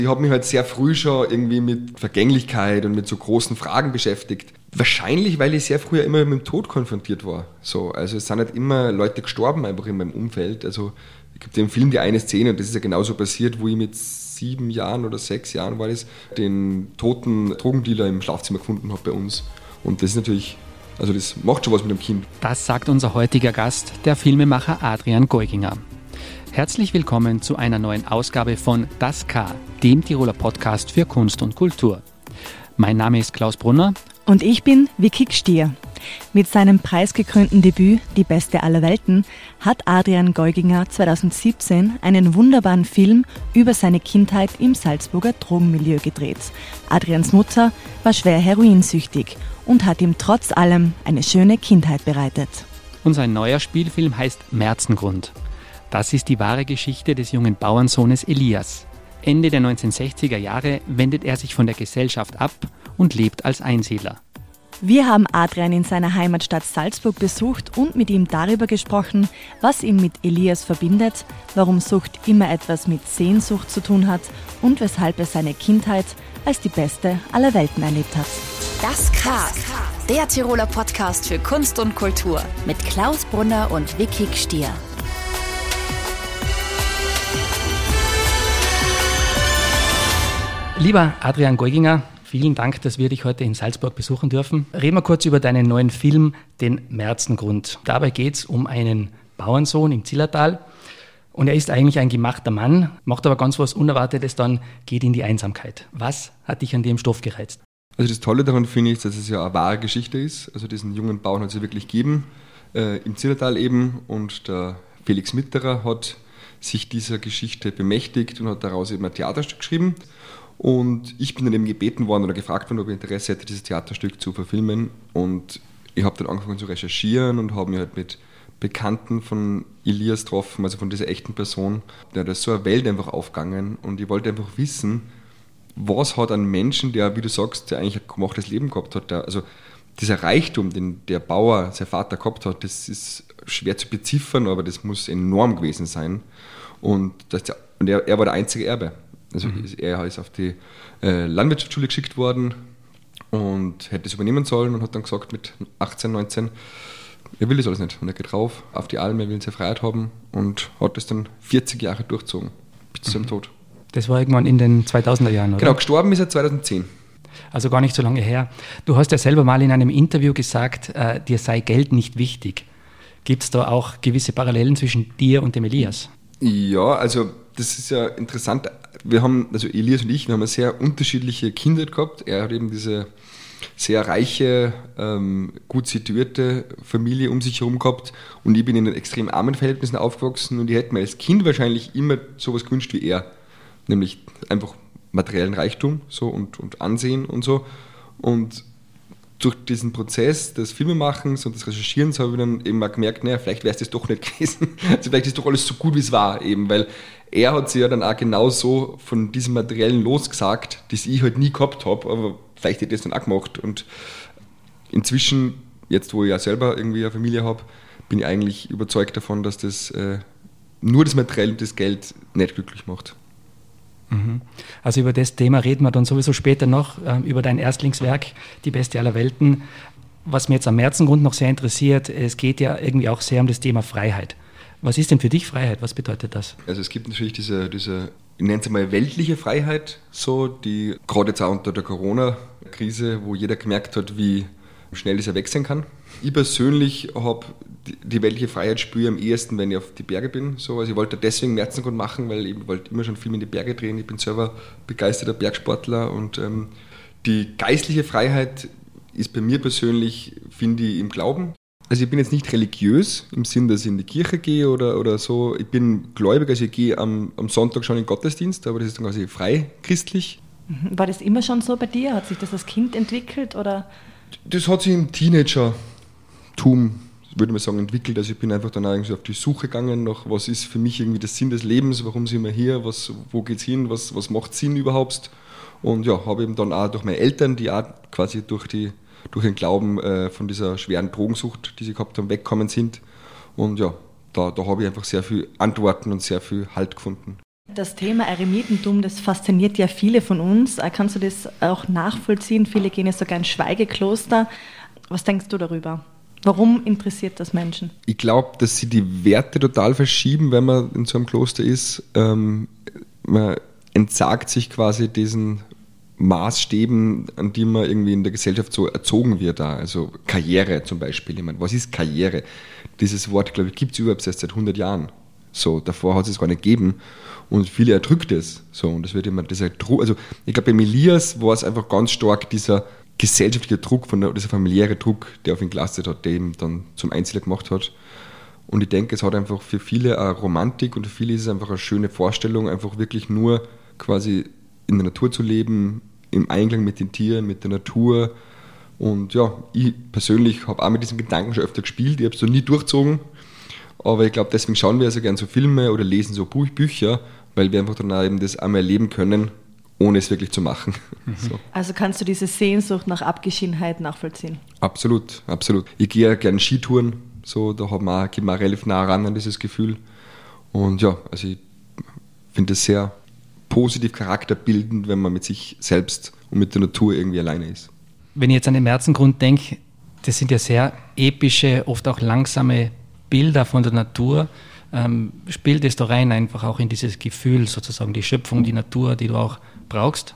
Ich habe mich halt sehr früh schon irgendwie mit Vergänglichkeit und mit so großen Fragen beschäftigt. Wahrscheinlich, weil ich sehr früh ja immer mit dem Tod konfrontiert war. So, also es sind halt immer Leute gestorben einfach in meinem Umfeld. Also es gibt im Film die eine Szene, und das ist ja genauso passiert, wo ich mit 7 Jahren oder 6 Jahren war das, den toten Drogendealer im Schlafzimmer gefunden habe bei uns. Und das ist natürlich, also das macht schon was mit dem Kind. Das sagt unser heutiger Gast, der Filmemacher Adrian Geuginger. Herzlich willkommen zu einer neuen Ausgabe von Das K, dem Tiroler Podcast für Kunst und Kultur. Mein Name ist Klaus Brunner. Und ich bin Vicky Stier. Mit seinem preisgekrönten Debüt Die Beste aller Welten hat Adrian Geuginger 2017 einen wunderbaren Film über seine Kindheit im Salzburger Drogenmilieu gedreht. Adrians Mutter war schwer heroinsüchtig und hat ihm trotz allem eine schöne Kindheit bereitet. Und sein neuer Spielfilm heißt Märzengrund. Das ist die wahre Geschichte des jungen Bauernsohnes Elias. Ende der 1960er Jahre wendet er sich von der Gesellschaft ab und lebt als Einsiedler. Wir haben Adrian in seiner Heimatstadt Salzburg besucht und mit ihm darüber gesprochen, was ihn mit Elias verbindet, warum Sucht immer etwas mit Sehnsucht zu tun hat und weshalb er seine Kindheit als die beste aller Welten erlebt hat. Das K, der Tiroler Podcast für Kunst und Kultur mit Klaus Brunner und Vicky Stier. Lieber Adrian Geuginger, vielen Dank, dass wir dich heute in Salzburg besuchen dürfen. Reden wir kurz über deinen neuen Film, den Märzengrund. Dabei geht es um einen Bauernsohn im Zillertal. Und er ist eigentlich ein gemachter Mann, macht aber ganz was Unerwartetes, dann geht in die Einsamkeit. Was hat dich an dem Stoff gereizt? Also das Tolle daran finde ich, dass es ja eine wahre Geschichte ist. Also diesen jungen Bauern hat es ja wirklich gegeben, im Zillertal eben. Und der Felix Mitterer hat sich dieser Geschichte bemächtigt und hat daraus eben ein Theaterstück geschrieben. Und ich bin dann eben gebeten worden oder gefragt worden, ob ich Interesse hätte, dieses Theaterstück zu verfilmen. Und ich habe dann angefangen zu recherchieren und habe mich halt mit Bekannten von Elias getroffen, also von dieser echten Person. Da ist so eine Welt einfach aufgegangen und ich wollte einfach wissen, was hat ein Menschen, der, wie du sagst, der eigentlich ein gemachtes Leben gehabt hat, also dieser Reichtum, den der Bauer, sein Vater gehabt hat, das ist schwer zu beziffern, aber das muss enorm gewesen sein. Und er war der einzige Erbe. Also er ist auf die Landwirtschaftsschule geschickt worden und hätte es übernehmen sollen und hat dann gesagt mit 18, 19, er will das alles nicht. Und er geht rauf auf die Alm, er will seine Freiheit haben und hat das dann 40 Jahre durchgezogen, bis zu seinem Tod. Das war irgendwann in den 2000er Jahren, oder? Genau, gestorben ist er 2010. Also gar nicht so lange her. Du hast ja selber mal in einem Interview gesagt, dir sei Geld nicht wichtig. Gibt es da auch gewisse Parallelen zwischen dir und dem Elias? Ja, also das ist ja interessant. Wir haben, also Elias und ich, wir haben eine sehr unterschiedliche Kindheit gehabt. Er hat eben diese sehr reiche, gut situierte Familie um sich herum gehabt und ich bin in extrem armen Verhältnissen aufgewachsen und ich hätte mir als Kind wahrscheinlich immer sowas gewünscht wie er, nämlich einfach materiellen Reichtum so und Ansehen und so. Und durch diesen Prozess des Filmemachens und des Recherchierens habe ich dann eben auch gemerkt, naja, vielleicht wäre es das doch nicht gewesen. Also vielleicht ist doch alles so gut, wie es war, eben, weil er hat sich ja dann auch genauso von diesem Materiellen losgesagt, das ich halt nie gehabt habe, aber vielleicht hätte ich das dann auch gemacht. Und inzwischen, jetzt wo ich ja selber irgendwie eine Familie habe, bin ich eigentlich überzeugt davon, dass das nur das Materielle und das Geld nicht glücklich macht. Also über das Thema reden wir dann sowieso später noch, über dein Erstlingswerk, Die Beste aller Welten. Was mir jetzt am Märzengrund noch sehr interessiert, es geht ja irgendwie auch sehr um das Thema Freiheit. Was ist denn für dich Freiheit? Was bedeutet das? Also es gibt natürlich diese ich nenne es mal weltliche Freiheit, so, die gerade jetzt auch unter der Corona-Krise, wo jeder gemerkt hat, wie schnell das weg sein kann. Ich persönlich habe die weltliche Freiheit spüre am ehesten, wenn ich auf die Berge bin. So, also ich wollte deswegen Märzengrund machen, weil ich wollte immer schon viel in die Berge drehen. Ich bin selber begeisterter Bergsportler und die geistliche Freiheit ist bei mir persönlich, finde ich, im Glauben. Also ich bin jetzt nicht religiös im Sinn, dass ich in die Kirche gehe oder so. Ich bin gläubig, also ich gehe am Sonntag schon in den Gottesdienst, aber das ist dann quasi frei christlich. War das immer schon so bei dir? Hat sich das als Kind entwickelt? Oder? Das hat sich im Teenagertum, würde man sagen, entwickelt. Also ich bin einfach dann irgendwie auf die Suche gegangen nach, was ist für mich irgendwie der Sinn des Lebens, warum sind wir hier, wo geht's hin, was macht Sinn überhaupt. Und ja, habe eben dann auch durch meine Eltern, die auch quasi durch den Glauben von dieser schweren Drogensucht, die sie gehabt haben, weggekommen sind. Und ja, da habe ich einfach sehr viel Antworten und sehr viel Halt gefunden. Das Thema Eremitentum, das fasziniert ja viele von uns. Kannst du das auch nachvollziehen? Viele gehen ja sogar in Schweigekloster. Was denkst du darüber? Warum interessiert das Menschen? Ich glaube, dass sie die Werte total verschieben, wenn man in so einem Kloster ist. Man entsagt sich quasi diesen Maßstäben, an die man irgendwie in der Gesellschaft so erzogen wird. Also Karriere zum Beispiel. Ich meine, was ist Karriere? Dieses Wort, glaube ich, gibt es überhaupt erst seit 100 Jahren. So, davor hat es gar nicht gegeben. Und viele erdrückt es. So, und das wird immer dieser Druck. Also ich glaube, beim Elias war es einfach ganz stark dieser gesellschaftliche Druck, dieser familiäre Druck, der auf ihn gelastet hat, der ihn dann zum Einzelnen gemacht hat. Und ich denke, es hat einfach für viele eine Romantik und für viele ist es einfach eine schöne Vorstellung, einfach wirklich nur quasi in der Natur zu leben, im Einklang mit den Tieren, mit der Natur. Und ja, ich persönlich habe auch mit diesem Gedanken schon öfter gespielt, ich habe es so nie durchgezogen, aber ich glaube, deswegen schauen wir also gerne so Filme oder lesen so Bücher, weil wir einfach dann auch eben das einmal erleben können, ohne es wirklich zu machen. So. Also kannst du diese Sehnsucht nach Abgeschiedenheit nachvollziehen? Absolut, absolut. Ich gehe ja gerne Skitouren, so, da geht man auch relativ nah ran an dieses Gefühl. Und ja, also ich finde es sehr positiv charakterbildend, wenn man mit sich selbst und mit der Natur irgendwie alleine ist. Wenn ich jetzt an den Märzengrund denke, das sind ja sehr epische, oft auch langsame Bilder von der Natur. Spielt es da rein einfach auch in dieses Gefühl, sozusagen die Schöpfung, die Natur, die du auch brauchst?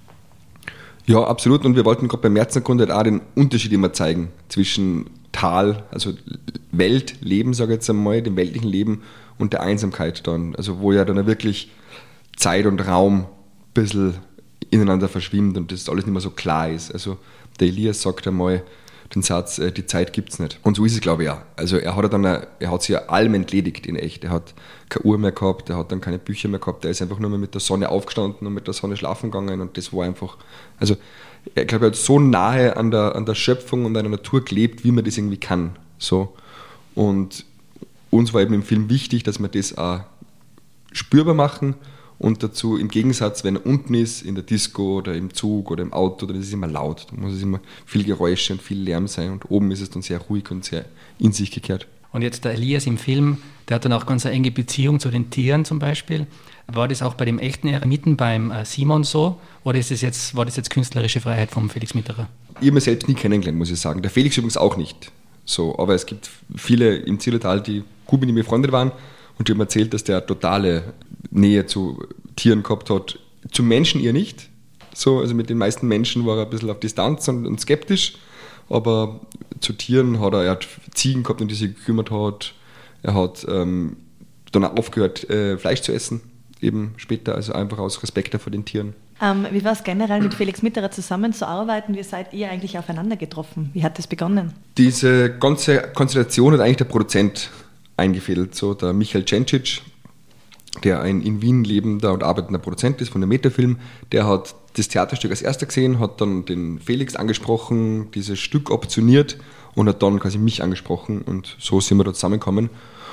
Ja, absolut. Und wir wollten gerade beim Märzengrund halt auch den Unterschied immer zeigen zwischen Tal, also Welt, Leben, sage ich jetzt einmal, dem weltlichen Leben und der Einsamkeit dann. Also wo ja dann wirklich Zeit und Raum ein bisschen ineinander verschwimmt und das alles nicht mehr so klar ist. Also der Elias sagt einmal den Satz, die Zeit gibt es nicht. Und so ist es, glaube ich, auch. Also er hat sich ja allem entledigt in echt. Er hat keine Uhr mehr gehabt, er hat dann keine Bücher mehr gehabt, er ist einfach nur mehr mit der Sonne aufgestanden und mit der Sonne schlafen gegangen und das war einfach, also ich glaube, er hat so nahe an der Schöpfung und an der Natur gelebt, wie man das irgendwie kann. So. Und uns war eben im Film wichtig, dass wir das auch spürbar machen und dazu im Gegensatz, wenn er unten ist, in der Disco oder im Zug oder im Auto, dann ist es immer laut. Da muss es immer viel Geräusche und viel Lärm sein und oben ist es dann sehr ruhig und sehr in sich gekehrt. Und jetzt der Elias im Film, der hat dann auch ganz eine enge Beziehung zu den Tieren zum Beispiel. War das auch bei dem echten Eremiten, beim Simon so? Oder war das jetzt künstlerische Freiheit vom Felix Mitterer? Ich habe ihn selbst nie kennengelernt, muss ich sagen. Der Felix übrigens auch nicht. So, aber es gibt viele im Zillertal, die gut mit ihm befreundet waren und die haben erzählt, dass der totale Nähe zu Tieren gehabt hat. Zu Menschen eher nicht. So, also mit den meisten Menschen war er ein bisschen auf Distanz und skeptisch. Aber zu Tieren er hat Ziegen gehabt, um die sich gekümmert hat. Er hat dann auch aufgehört, Fleisch zu essen, eben später, also einfach aus Respekt vor den Tieren. Wie war es generell, mit Felix Mitterer zusammenzuarbeiten? Wie seid ihr eigentlich aufeinander getroffen? Wie hat das begonnen? Diese ganze Konstellation hat eigentlich der Produzent eingefädelt, so der Michael Cencic, der ein in Wien lebender und arbeitender Produzent ist von der Metafilm. Der hat das Theaterstück als erster gesehen, hat dann den Felix angesprochen, dieses Stück optioniert und hat dann quasi mich angesprochen und so sind wir da zusammengekommen.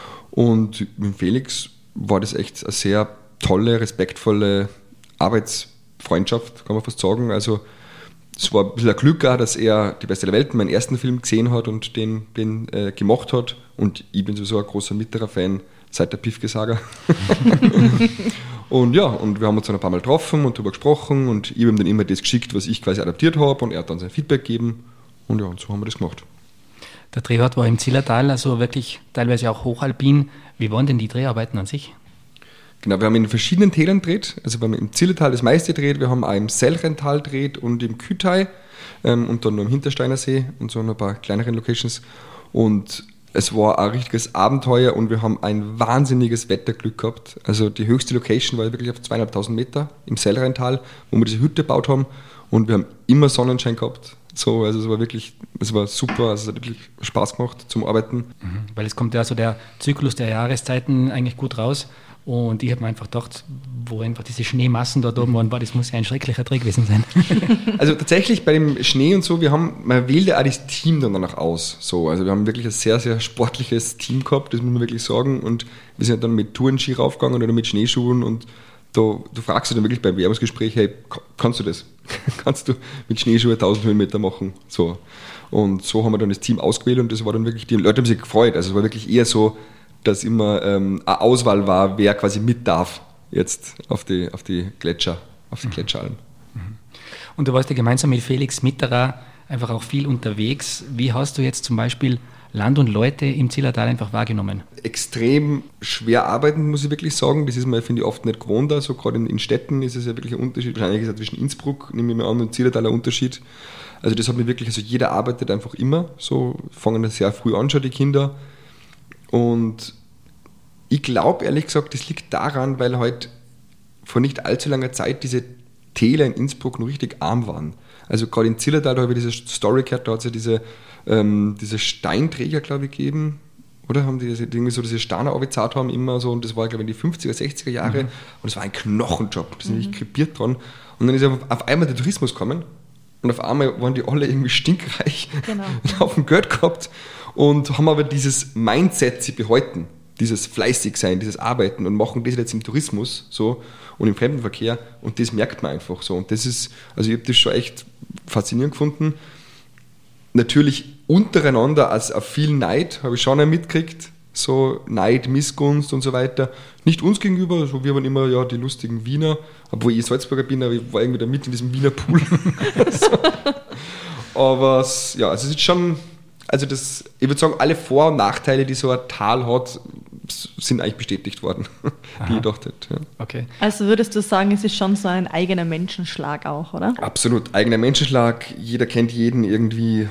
Und mit Felix war das echt eine sehr tolle, respektvolle Arbeitsfreundschaft, kann man fast sagen. Also es war ein bisschen ein Glück auch, dass er Die Beste der Welt, meinen ersten Film, gesehen hat und den gemacht hat. Und ich bin sowieso ein großer Mitterer-Fan seit der Piefke-Saga. Und ja, und wir haben uns dann ein paar Mal getroffen und darüber gesprochen und ich habe ihm dann immer das geschickt, was ich quasi adaptiert habe und er hat dann sein Feedback gegeben und ja, und so haben wir das gemacht. Der Drehort war im Zillertal, also wirklich teilweise auch hochalpin. Wie waren denn die Dreharbeiten an sich? Genau, wir haben in verschiedenen Tälern gedreht, also wir haben im Zillertal das meiste gedreht, wir haben auch im Selchrental gedreht und im Kütai und dann noch im Hintersteiner See und so ein paar kleineren Locations und es war ein richtiges Abenteuer und wir haben ein wahnsinniges Wetterglück gehabt. Also die höchste Location war wirklich auf 2.500 Meter im Selchrental, wo wir diese Hütte gebaut haben und wir haben immer Sonnenschein gehabt. So, also es war super, also es hat wirklich Spaß gemacht zum Arbeiten. Weil es kommt ja so der Zyklus der Jahreszeiten eigentlich gut raus. Und ich habe mir einfach gedacht, wo einfach diese Schneemassen dort oben waren, das muss ja ein schrecklicher Dreh gewesen sein. Also tatsächlich bei dem Schnee und so, man wählt ja auch das Team dann danach aus. So, also wir haben wirklich ein sehr, sehr sportliches Team gehabt, das muss man wirklich sagen. Und wir sind dann mit Tourenski raufgegangen oder mit Schneeschuhen und du fragst dich dann wirklich beim Werbungsgespräch, hey, kannst du das? Kannst du mit Schneeschuhe 1000 Höhenmeter machen? So. Und so haben wir dann das Team ausgewählt und das war dann wirklich, die Leute haben sich gefreut. Also es war wirklich eher so, dass immer eine Auswahl war, wer quasi mit darf. jetzt auf die Gletscher, auf die Gletscheralm. Und du warst ja gemeinsam mit Felix Mitterer einfach auch viel unterwegs. Wie hast du jetzt zum Beispiel Land und Leute im Zillertal einfach wahrgenommen? Extrem schwer arbeiten, muss ich wirklich sagen. Das ist man, finde ich, oft nicht gewohnt. Also gerade in Städten ist es ja wirklich ein Unterschied. Wahrscheinlich ist es zwischen Innsbruck, nehme ich mal an, und Zillertal ein Unterschied. Also das hat mir wirklich, also jeder arbeitet einfach immer. So fangen das sehr früh an schon, die Kinder. Und ich glaube, ehrlich gesagt, das liegt daran, weil halt vor nicht allzu langer Zeit diese Täler in Innsbruck noch richtig arm waren. Also gerade in Zillertal, da habe ich diese Story gehört, da hat es ja diese Steinträger, glaube ich, gegeben, oder? Haben die irgendwie so diese Steine abgezahlt haben immer so, und das war, glaube ich, in die 50er, 60er Jahre, und das war ein Knochenjob, da sind ich krepiert dran. Und dann ist auf einmal der Tourismus gekommen und auf einmal waren die alle irgendwie stinkreich, und auf dem Geld gehabt und haben aber dieses Mindset sie behalten, dieses fleißig sein, dieses Arbeiten, und machen das jetzt im Tourismus so und im Fremdenverkehr, und das merkt man einfach so. Und das ist, also ich habe das schon echt faszinierend gefunden. Natürlich untereinander, als auf viel Neid, habe ich schon auch mitgekriegt, so Neid, Missgunst und so weiter. Nicht uns gegenüber, also wir waren immer ja die lustigen Wiener, obwohl ich Salzburger bin, aber ich war irgendwie da mit in diesem Wiener Pool. So. Aber ja, also es ist schon, also das, ich würde sagen, alle Vor- und Nachteile, die so ein Tal hat, sind eigentlich bestätigt worden, die ich gedacht hätte. Ja. Okay. Also würdest du sagen, es ist schon so ein eigener Menschenschlag auch, oder? Absolut, eigener Menschenschlag, jeder kennt jeden irgendwie,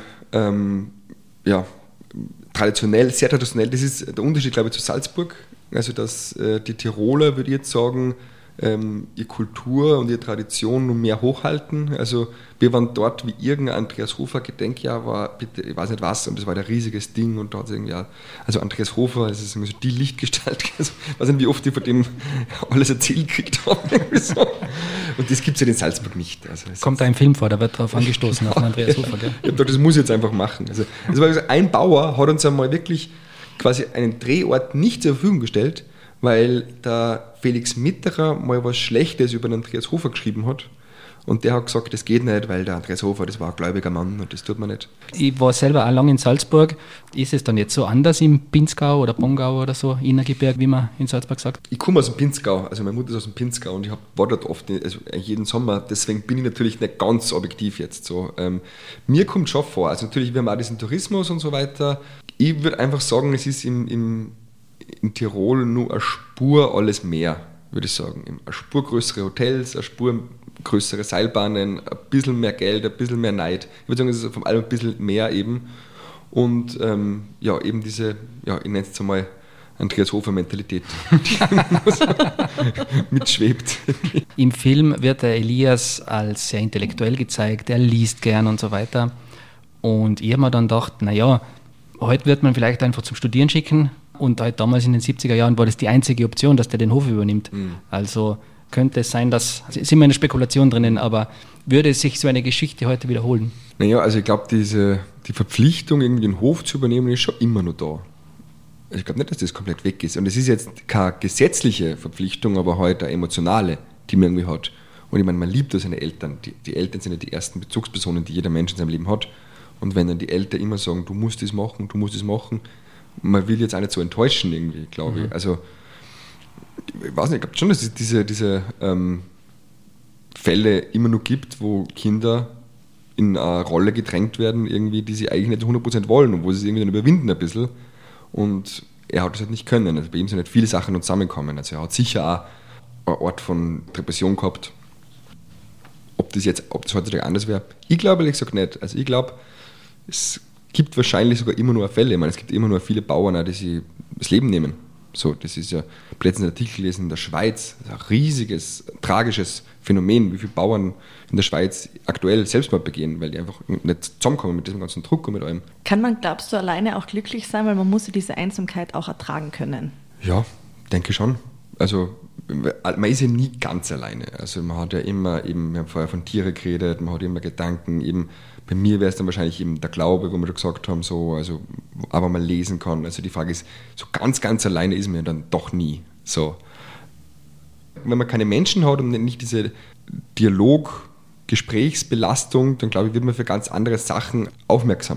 traditionell, sehr traditionell. Das ist der Unterschied, glaube ich, zu Salzburg. Also dass die Tiroler, würde ich jetzt sagen, ihre Kultur und ihre Tradition noch mehr hochhalten. Also wir waren dort, wie irgendein Andreas Hofer Gedenkjahr war, bitte, ich weiß nicht was, und das war ein riesiges Ding, und da hat es irgendwie auch, also Andreas Hofer, das ist irgendwie so die Lichtgestalt, also, ich weiß nicht, wie oft ich von dem alles erzählt gekriegt habe. So. Und das gibt es ja in Salzburg nicht. Also kommt da im Film vor, da wird drauf angestoßen, auf den Andreas Hofer, gell? Ich habe gedacht, das muss ich jetzt einfach machen. Also, das war ein Bauer, hat uns einmal wirklich quasi einen Drehort nicht zur Verfügung gestellt, weil der Felix Mitterer mal was Schlechtes über den Andreas Hofer geschrieben hat. Und der hat gesagt, das geht nicht, weil der Andreas Hofer, das war ein gläubiger Mann und das tut man nicht. Ich war selber auch lange in Salzburg. Ist es dann jetzt so anders im Pinzgau oder Pongau oder so, Innergebirge, wie man in Salzburg sagt? Ich komme aus dem Pinzgau, also meine Mutter ist aus dem Pinzgau, und ich war dort oft, also jeden Sommer, deswegen bin ich natürlich nicht ganz objektiv jetzt so. Mir kommt schon vor, also natürlich, wir haben auch diesen Tourismus und so weiter. Ich würde einfach sagen, es ist in Tirol nur eine Spur alles mehr, würde ich sagen. Eine Spur größere Hotels, eine Spur größere Seilbahnen, ein bisschen mehr Geld, ein bisschen mehr Neid. Ich würde sagen, es ist vor allem ein bisschen mehr eben. Und eben diese, ich nenne es jetzt einmal Andreas Hofer-Mentalität, die mitschwebt. Im Film wird der Elias als sehr intellektuell gezeigt, er liest gern und so weiter. Und ich habe mir dann gedacht, naja, heute wird man vielleicht einfach zum Studieren schicken, und halt damals in den 70er Jahren war das die einzige Option, dass der den Hof übernimmt. Also könnte es sein, dass, sind wir in der Spekulation drinnen, aber würde sich so eine Geschichte heute wiederholen? Naja, also ich glaube, die Verpflichtung, irgendwie den Hof zu übernehmen, ist schon immer noch da. Also ich glaube nicht, dass das komplett weg ist. Und es ist jetzt keine gesetzliche Verpflichtung, aber halt eine emotionale, die man irgendwie hat. Und ich meine, man liebt ja seine Eltern. Die Eltern sind ja die ersten Bezugspersonen, die jeder Mensch in seinem Leben hat. Und wenn dann die Eltern immer sagen, du musst das machen, man will jetzt auch nicht so enttäuschen irgendwie, glaube ich. Also, ich weiß nicht, ich glaube schon, dass es diese Fälle immer noch gibt, wo Kinder in eine Rolle gedrängt werden, irgendwie, die sie eigentlich nicht 100% wollen und wo sie es irgendwie dann überwinden ein bisschen. Und er hat das halt nicht können. Also bei ihm sind halt viele Sachen zusammengekommen. Also er hat sicher auch einen Ort von Depression gehabt. Ob das heutzutage anders wäre? Ich glaube ehrlich gesagt nicht. Also ich glaube, es gibt wahrscheinlich sogar immer nur Fälle. Ich meine, es gibt immer nur viele Bauern, die sich das Leben nehmen. So, das ist ja letztens ein Artikel gelesen in der Schweiz. Das ist ein riesiges, tragisches Phänomen, wie viele Bauern in der Schweiz aktuell Selbstmord begehen, weil die einfach nicht zusammenkommen mit diesem ganzen Druck und mit allem. Kann man, glaubst du, alleine auch glücklich sein, weil man muss ja diese Einsamkeit auch ertragen können? Ja, denke schon. Also man ist ja nie ganz alleine. Also man hat ja immer eben, wir haben vorher von Tiere geredet, man hat immer Gedanken, eben bei mir wäre es dann wahrscheinlich eben der Glaube, wo wir schon gesagt haben, so, also, aber man lesen kann. Also die Frage ist, so ganz alleine ist man ja dann doch nie. So. Wenn man keine Menschen hat und nicht diese Dialog-Gesprächsbelastung, dann glaube ich, wird man für ganz andere Sachen aufmerksam.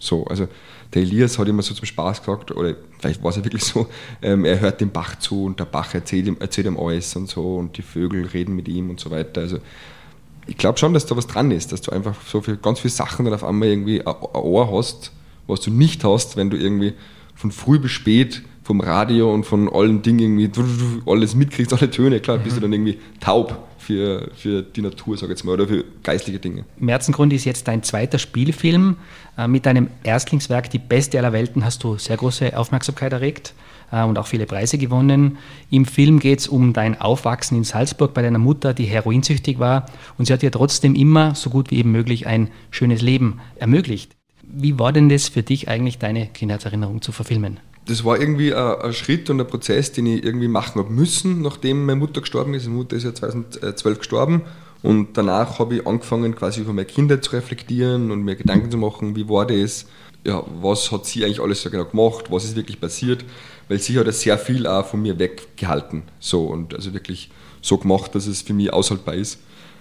So, also der Elias hat immer so zum Spaß gesagt, oder vielleicht war es ja wirklich so, er hört dem Bach zu und der Bach erzählt ihm alles und so und die Vögel reden mit ihm und so weiter. Also ich glaube schon, dass da was dran ist, dass du einfach ganz viele Sachen dann auf einmal irgendwie ein Ohr hast, was du nicht hast, wenn du irgendwie von früh bis spät vom Radio und von allen Dingen irgendwie alles mitkriegst, alle Töne, klar, bist du dann irgendwie taub für die Natur, sag ich jetzt mal, oder für geistliche Dinge. Märzengrund ist jetzt dein zweiter Spielfilm. Mit deinem Erstlingswerk Die Beste aller Welten hast du sehr große Aufmerksamkeit erregt und auch viele Preise gewonnen. Im Film geht es um dein Aufwachsen in Salzburg bei deiner Mutter, die heroinsüchtig war, und sie hat dir trotzdem immer, so gut wie eben möglich, ein schönes Leben ermöglicht. Wie war denn das für dich eigentlich, deine Kindheitserinnerung zu verfilmen? Das war irgendwie ein Schritt und ein Prozess, den ich irgendwie machen habe müssen, nachdem meine Mutter gestorben ist. Meine Mutter ist ja 2012 gestorben und danach habe ich angefangen, quasi über meine Kindheit zu reflektieren und mir Gedanken zu machen, wie war das, ja, was hat sie eigentlich alles so genau gemacht, was ist wirklich passiert, weil sie hat ja sehr viel auch von mir weggehalten, so, und also wirklich so gemacht, dass es für mich aushaltbar ist.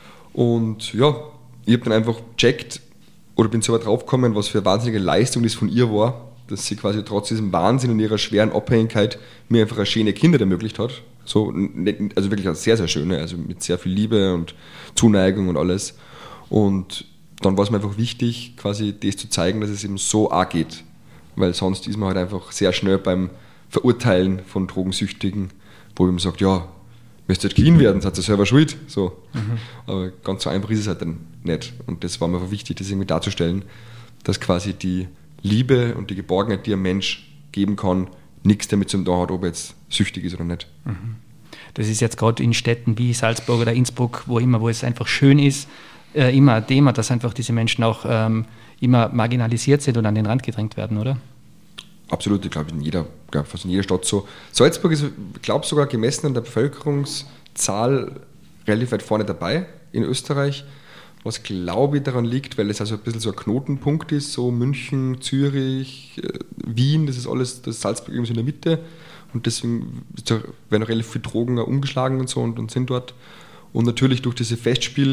Und ja, ich habe dann einfach gecheckt oder bin so weit draufgekommen, was für eine wahnsinnige Leistung das von ihr war, dass sie quasi trotz diesem Wahnsinn und ihrer schweren Abhängigkeit mir einfach eine schöne Kindheit ermöglicht hat. So, also wirklich eine sehr, sehr schöne, also mit sehr viel Liebe und Zuneigung und alles. Und dann war es mir einfach wichtig, quasi das zu zeigen, dass es eben so auch geht. Weil sonst ist man halt einfach sehr schnell beim Verurteilen von Drogensüchtigen, wo man sagt, ja, müsst ihr halt clean werden, seid ihr selber schuld. So. Aber ganz so einfach ist es halt dann nicht. Und das war mir einfach wichtig, das irgendwie darzustellen, dass quasi die Liebe und die Geborgenheit, die ein Mensch geben kann, nichts damit zu tun hat, ob er jetzt süchtig ist oder nicht. Das ist jetzt gerade in Städten wie Salzburg oder Innsbruck, wo es einfach schön ist, immer ein Thema, dass einfach diese Menschen auch immer marginalisiert sind und an den Rand gedrängt werden, oder? Absolut, ich glaube fast in jeder Stadt so. Salzburg ist, ich glaube, sogar gemessen an der Bevölkerungszahl relativ weit vorne dabei in Österreich. Was, glaube ich, daran liegt, weil es also ein bisschen so ein Knotenpunkt ist, so München, Zürich, Wien, das ist alles, das Salzburg irgendwie in der Mitte, und deswegen werden auch relativ viele Drogen umgeschlagen und so und sind dort. Und natürlich durch diese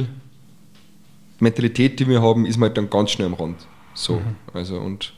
Festspielmentalität, die wir haben, ist man halt dann ganz schnell am Rand. So, also und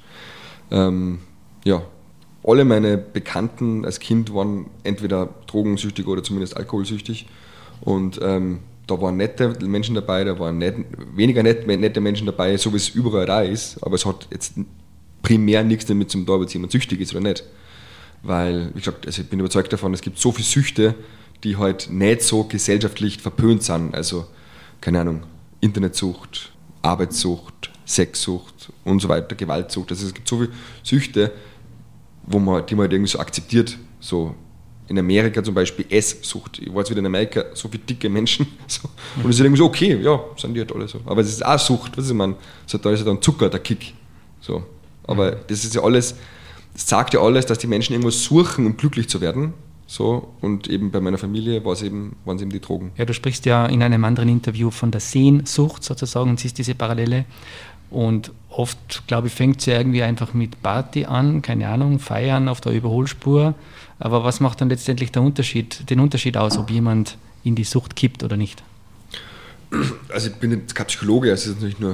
ja, alle meine Bekannten als Kind waren entweder drogensüchtig oder zumindest alkoholsüchtig, und da waren nette Menschen dabei, da waren weniger nette Menschen dabei, so wie es überall da ist, aber es hat jetzt primär nichts damit zu tun, ob jetzt jemand süchtig ist oder nicht. Weil, wie gesagt, also ich bin überzeugt davon, es gibt so viele Süchte, die halt nicht so gesellschaftlich verpönt sind. Also, keine Ahnung, Internetsucht, Arbeitssucht, Sexsucht und so weiter, Gewaltsucht. Also es gibt so viele Süchte, die man halt irgendwie so akzeptiert, so. In Amerika zum Beispiel Esssucht. Ich war jetzt wieder in Amerika, so viele dicke Menschen. So. Und es ist irgendwie so, okay, ja, sind die halt alle so. Aber es ist auch Sucht, was ich meine. So, da ist ja dann Zucker, der Kick. So. Aber das ist ja alles, das sagt ja alles, dass die Menschen irgendwas suchen, um glücklich zu werden. So. Und eben bei meiner Familie waren es eben die Drogen. Ja, du sprichst ja in einem anderen Interview von der Sehnsucht sozusagen und siehst diese Parallele. Und oft, glaube ich, fängt es ja irgendwie einfach mit Party an, keine Ahnung, feiern auf der Überholspur. Aber was macht dann letztendlich den Unterschied aus, ob jemand in die Sucht kippt oder nicht? Also ich bin jetzt kein Psychologe, also es ist natürlich nur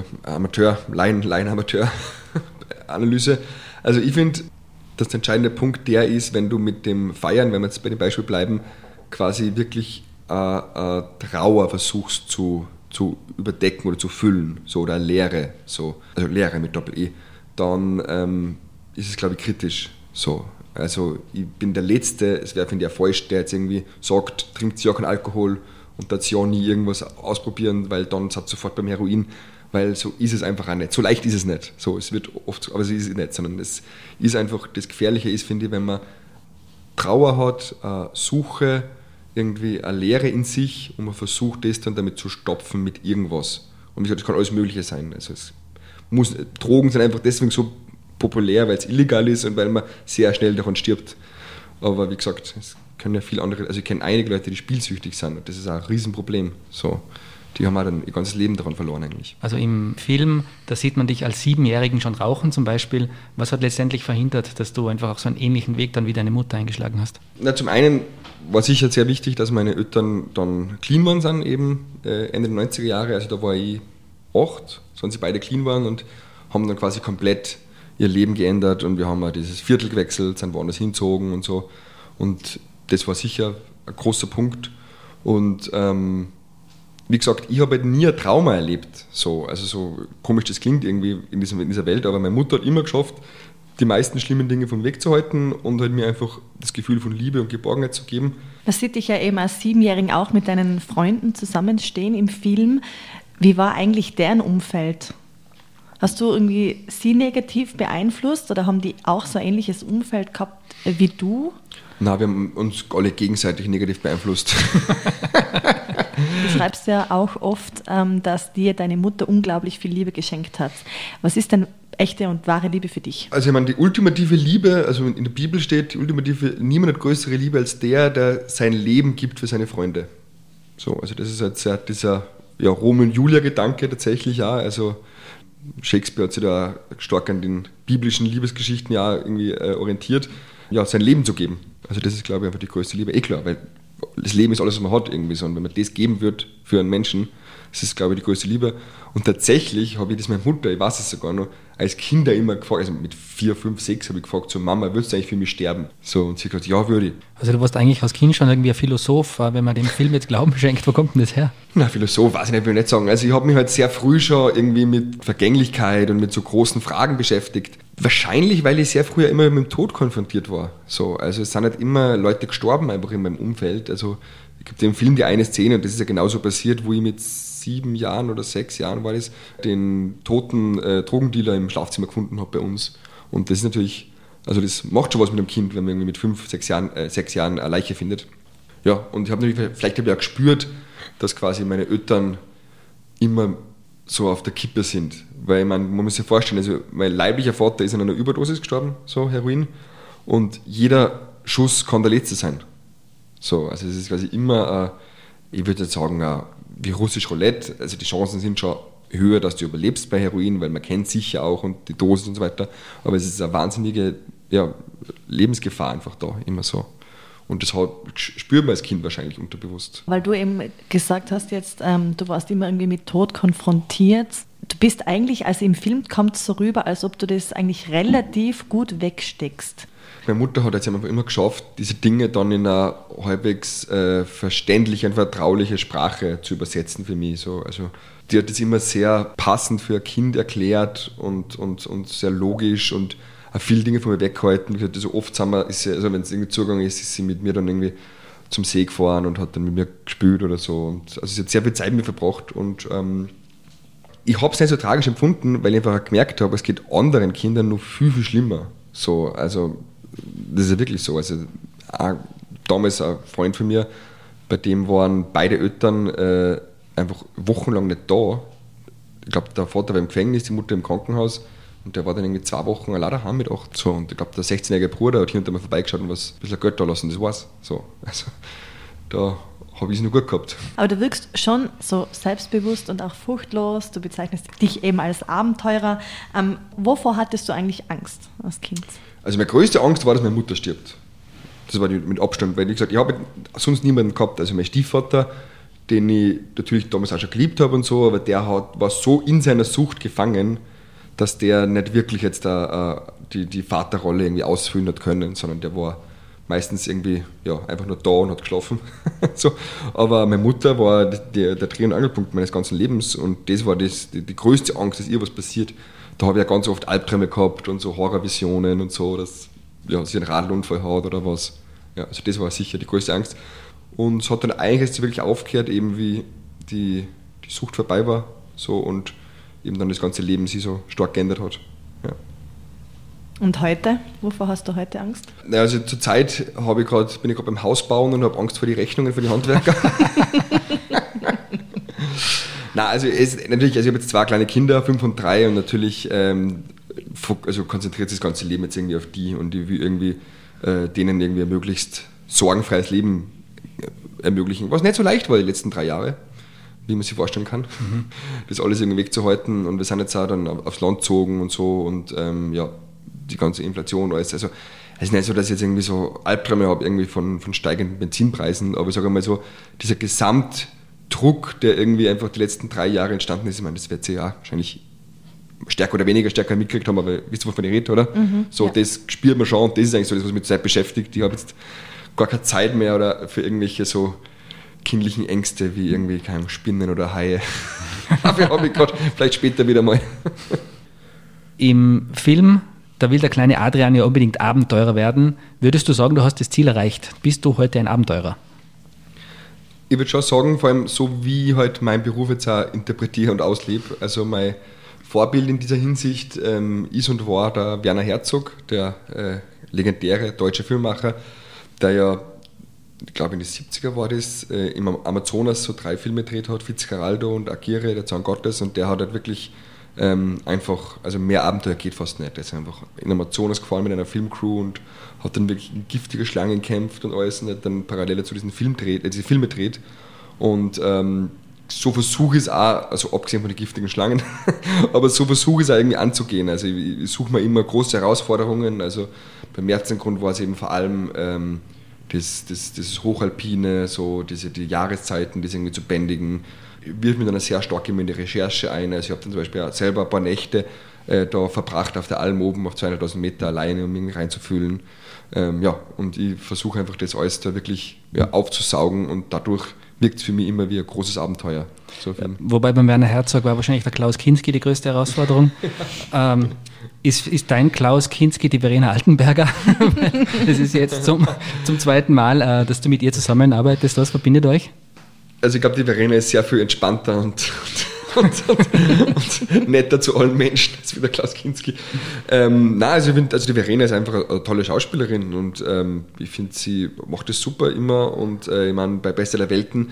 Laien-Amateur-Analyse. Also ich finde, dass der entscheidende Punkt der ist, wenn du mit dem Feiern, wenn wir jetzt bei dem Beispiel bleiben, quasi wirklich Trauer versuchst zu überdecken oder zu füllen, so, oder Leere, so, also Leere mit Doppel-E, dann ist es, glaube ich, kritisch. So. Also ich bin der Letzte, es wäre, finde ich, falsch, der jetzt irgendwie sagt, trinkt ja keinen Alkohol und darf ja nie irgendwas ausprobieren, weil dann hat sofort beim Heroin, weil so ist es einfach auch nicht. So leicht ist es nicht. So, es wird oft, aber so ist es nicht, sondern es ist einfach, das Gefährliche ist, finde ich, wenn man Trauer hat, Suche, irgendwie eine Leere in sich, und man versucht, das dann damit zu stopfen mit irgendwas. Und wie gesagt, das kann alles Mögliche sein. Also Drogen sind einfach deswegen so populär, weil es illegal ist und weil man sehr schnell davon stirbt. Aber wie gesagt, es können ja viele andere, also ich kenne einige Leute, die spielsüchtig sind, und das ist auch ein Riesenproblem. So, die haben auch dann ihr ganzes Leben daran verloren eigentlich. Also im Film, da sieht man dich als 7-Jährigen schon rauchen zum Beispiel. Was hat letztendlich verhindert, dass du einfach auch so einen ähnlichen Weg dann wie deine Mutter eingeschlagen hast? Na, zum einen war sicher sehr wichtig, dass meine Eltern dann clean waren sind, eben Ende der 90er Jahre, also da war ich 8, so sie beide clean waren und haben dann quasi komplett ihr Leben geändert und wir haben auch dieses Viertel gewechselt, sind woanders hingezogen und so. Und das war sicher ein großer Punkt. Und wie gesagt, ich habe halt nie ein Trauma erlebt. So komisch das klingt irgendwie in dieser Welt, aber meine Mutter hat immer geschafft, die meisten schlimmen Dinge vom Weg zu halten und halt mir einfach das Gefühl von Liebe und Geborgenheit zu geben. Man sieht dich ja eben als 7-Jährigen auch mit deinen Freunden zusammenstehen im Film. Wie war eigentlich deren Umfeld? Hast du irgendwie sie negativ beeinflusst oder haben die auch so ein ähnliches Umfeld gehabt wie du? Nein, wir haben uns alle gegenseitig negativ beeinflusst. Du schreibst ja auch oft, dass dir deine Mutter unglaublich viel Liebe geschenkt hat. Was ist denn echte und wahre Liebe für dich? Also ich meine, die ultimative Liebe, also in der Bibel steht, die ultimative, niemand hat größere Liebe als der sein Leben gibt für seine Freunde. So, also das ist halt sehr dieser Romeo und Julia-Gedanke tatsächlich auch. Also Shakespeare hat sich da stark an den biblischen Liebesgeschichten ja irgendwie orientiert, sein Leben zu geben. Also das ist, glaube ich, einfach die größte Liebe. Klar, weil das Leben ist alles, was man hat irgendwie so. Und wenn man das geben wird für einen Menschen, das ist, glaube ich, die größte Liebe. Und tatsächlich habe ich das meiner Mutter, ich weiß es sogar noch, als Kinder immer gefragt, also mit 4, 5, 6 habe ich gefragt, so Mama, würdest du eigentlich für mich sterben? So, und sie hat gesagt, ja, würde ich. Also du warst eigentlich als Kind schon irgendwie ein Philosoph, wenn man dem Film jetzt Glauben schenkt, wo kommt denn das her? Na, Philosoph, weiß ich nicht, will ich nicht sagen. Also ich habe mich halt sehr früh schon irgendwie mit Vergänglichkeit und mit so großen Fragen beschäftigt. Wahrscheinlich, weil ich sehr früh ja immer mit dem Tod konfrontiert war. So, also es sind halt immer Leute gestorben einfach in meinem Umfeld. Also es gibt im Film die eine Szene, und das ist ja genauso passiert, wo ich mit 7 Jahren oder 6 Jahren war das, den toten Drogendealer im Schlafzimmer gefunden habe bei uns. Und das ist natürlich, also das macht schon was mit einem Kind, wenn man irgendwie mit 5, 6 Jahren eine Leiche findet. Ja, und ich habe natürlich, vielleicht habe ich auch gespürt, dass quasi meine Eltern immer so auf der Kippe sind. Weil man muss sich vorstellen, also mein leiblicher Vater ist an einer Überdosis gestorben, so Heroin, und jeder Schuss kann der letzte sein. So, also es ist quasi immer, ich würde jetzt sagen, wie russisch Roulette, also die Chancen sind schon höher, dass du überlebst bei Heroin, weil man kennt sicher auch und die Dosis und so weiter, aber es ist eine wahnsinnige Lebensgefahr einfach da, immer so. Und das spürt man als Kind wahrscheinlich unterbewusst. Weil du eben gesagt hast jetzt, du warst immer irgendwie mit Tod konfrontiert. Du bist eigentlich, also im Film kommt es so rüber, als ob du das eigentlich relativ gut wegsteckst. Meine Mutter hat jetzt einfach immer geschafft, diese Dinge dann in eine halbwegs verständliche und vertrauliche Sprache zu übersetzen für mich. So. Also, die hat das immer sehr passend für ein Kind erklärt und sehr logisch und auch viele Dinge von mir weggehalten. Also oft wenn es irgendwie zugegangen ist sie mit mir dann irgendwie zum See gefahren und hat dann mit mir gespielt oder so. Und also sie hat sehr viel Zeit mit mir verbracht und ich habe es nicht so tragisch empfunden, weil ich einfach gemerkt habe, es geht anderen Kindern noch viel, viel schlimmer. So, also das ist ja wirklich so. Also damals ein Freund von mir, bei dem waren beide Eltern einfach wochenlang nicht da. Ich glaube, der Vater war im Gefängnis, die Mutter im Krankenhaus und der war dann irgendwie 2 Wochen allein daheim mit 8. So. Und ich glaube, der 16-jährige Bruder hat hier und da mal vorbeigeschaut und was ein bisschen Geld da lassen, das war's. So. Also, da habe ich es nur gut gehabt. Aber du wirkst schon so selbstbewusst und auch furchtlos. Du bezeichnest dich eben als Abenteurer. Wovor hattest du eigentlich Angst als Kind? Also meine größte Angst war, dass meine Mutter stirbt. Das war mit Abstand, weil ich gesagt, ich habe sonst niemanden gehabt. Also mein Stiefvater, den ich natürlich damals auch schon geliebt habe und so, aber der war so in seiner Sucht gefangen, dass der nicht wirklich jetzt die Vaterrolle irgendwie ausfüllen hat können, sondern der war meistens irgendwie einfach nur da und hat geschlafen. So. Aber meine Mutter war der Dreh- und Angelpunkt meines ganzen Lebens und das war die größte Angst, dass ihr was passiert. Da habe ich ja ganz oft Albträume gehabt und so Horrorvisionen und so, dass sie einen Radlunfall hat oder was. Ja, also das war sicher die größte Angst. Und es hat dann eigentlich erst wirklich aufgehört, eben wie die Sucht vorbei war so, und eben dann das ganze Leben sich so stark geändert hat. Ja. Und heute? Wovor hast du heute Angst? Also zurzeit bin ich gerade beim Haus bauen und habe Angst vor die Rechnungen für die Handwerker. Nein, also ich habe jetzt 2 kleine Kinder, 5 und 3, und natürlich konzentriert sich das ganze Leben jetzt irgendwie auf die und ich will irgendwie denen irgendwie ein möglichst sorgenfreies Leben ermöglichen. Was nicht so leicht war die letzten 3 Jahre, wie man sich vorstellen kann, das alles irgendwie wegzuhalten, und wir sind jetzt auch dann aufs Land gezogen und so und die ganze Inflation, alles. Also es ist nicht so, dass ich jetzt irgendwie so Albträume habe irgendwie von steigenden Benzinpreisen, aber ich sage mal so, dieser Gesamtdruck, der irgendwie einfach die letzten 3 Jahre entstanden ist, ich meine, das wird sich ja wahrscheinlich stärker oder weniger stärker mitgekriegt haben, aber wisst ihr, wovon ich rede, oder? So, ja. Das spürt man schon und das ist eigentlich so das, was mich zurzeit beschäftigt. Ich habe jetzt gar keine Zeit mehr oder für irgendwelche so kindlichen Ängste wie irgendwie kein Spinnen oder Haie. Dafür habe ich gerade vielleicht später wieder mal. Im Film, da will der kleine Adrian ja unbedingt Abenteurer werden. Würdest du sagen, du hast das Ziel erreicht? Bist du heute ein Abenteurer? Ich würde schon sagen, vor allem so wie ich halt meinen Beruf jetzt auch interpretiere und auslebe. Also mein Vorbild in dieser Hinsicht ist und war der Werner Herzog, der legendäre deutsche Filmemacher, der ja, ich glaube in den 70er war das, im Amazonas so 3 Filme gedreht hat, Fitzcarraldo und Aguirre, der Zorn Gottes, und der hat halt wirklich einfach, also mehr Abenteuer geht fast nicht. Er ist einfach in Amazonas gefahren mit einer Filmcrew und hat dann wirklich giftige Schlangen gekämpft und alles und hat dann parallel zu diesen diese Filme dreht. Und so versuche ich es auch, also abgesehen von den giftigen Schlangen, aber so versuche ich es auch irgendwie anzugehen. Also ich suche mir immer große Herausforderungen. Also beim Märzengrund war es eben vor allem das Hochalpine, so die Jahreszeiten, das irgendwie zu bändigen. Ich wirf mich dann sehr stark in die Recherche ein. Also ich habe dann zum Beispiel selber ein paar Nächte da verbracht auf der Alm oben auf 200.000 Meter alleine, um mich reinzufühlen. Und ich versuche einfach das alles da wirklich aufzusaugen und dadurch wirkt es für mich immer wie ein großes Abenteuer. So wobei beim Werner Herzog war wahrscheinlich der Klaus Kinski die größte Herausforderung. Ist dein Klaus Kinski die Verena Altenberger? Das ist jetzt zum zweiten Mal, dass du mit ihr zusammenarbeitest. Was verbindet euch? Also ich glaube, die Verena ist sehr viel entspannter und netter zu allen Menschen als wie der Klaus Kinski. Also ich finde, die Verena ist einfach eine tolle Schauspielerin und ich finde, sie macht das super immer und ich meine, bei Beste aller Welten,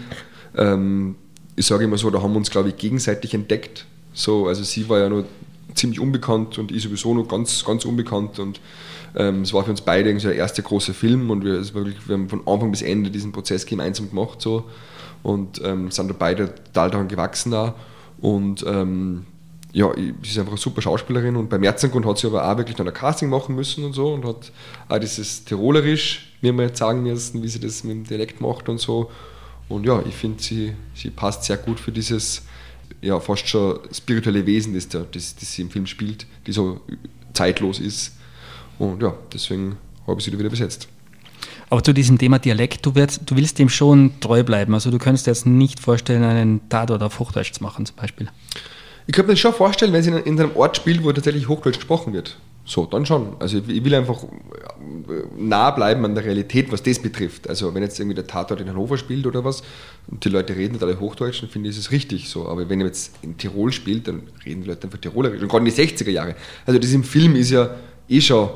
ich sage immer so, da haben wir uns, glaube ich, gegenseitig entdeckt. So, also sie war ja noch ziemlich unbekannt und ich sowieso noch ganz, ganz unbekannt und es war für uns beide irgendwie der erste große Film und wir haben von Anfang bis Ende diesen Prozess gemeinsam gemacht so. Und sind da beide total daran gewachsen auch. Und sie ist einfach eine super Schauspielerin und beim Märzengrund hat sie aber auch wirklich dann ein Casting machen müssen und so und hat auch dieses Tirolerisch mir mal jetzt sagen müssen, wie sie das mit dem Dialekt macht und so. Und ja, ich finde, sie passt sehr gut für dieses fast schon spirituelle Wesen, das sie im Film spielt, die so zeitlos ist. Und ja, deswegen habe ich sie da wieder besetzt. Aber zu diesem Thema Dialekt, du willst dem schon treu bleiben. Also du könntest dir jetzt nicht vorstellen, einen Tatort auf Hochdeutsch zu machen zum Beispiel. Ich könnte mir schon vorstellen, wenn sie in einem Ort spielt, wo tatsächlich Hochdeutsch gesprochen wird. So, dann schon. Also ich will einfach nah bleiben an der Realität, was das betrifft. Also wenn jetzt irgendwie der Tatort in Hannover spielt oder was und die Leute reden nicht alle Hochdeutsch, dann finde ich, ist es richtig so. Aber wenn er jetzt in Tirol spielt, dann reden die Leute einfach Tirolerisch. Und gerade in die 60er Jahre. Also das im Film ist ja schon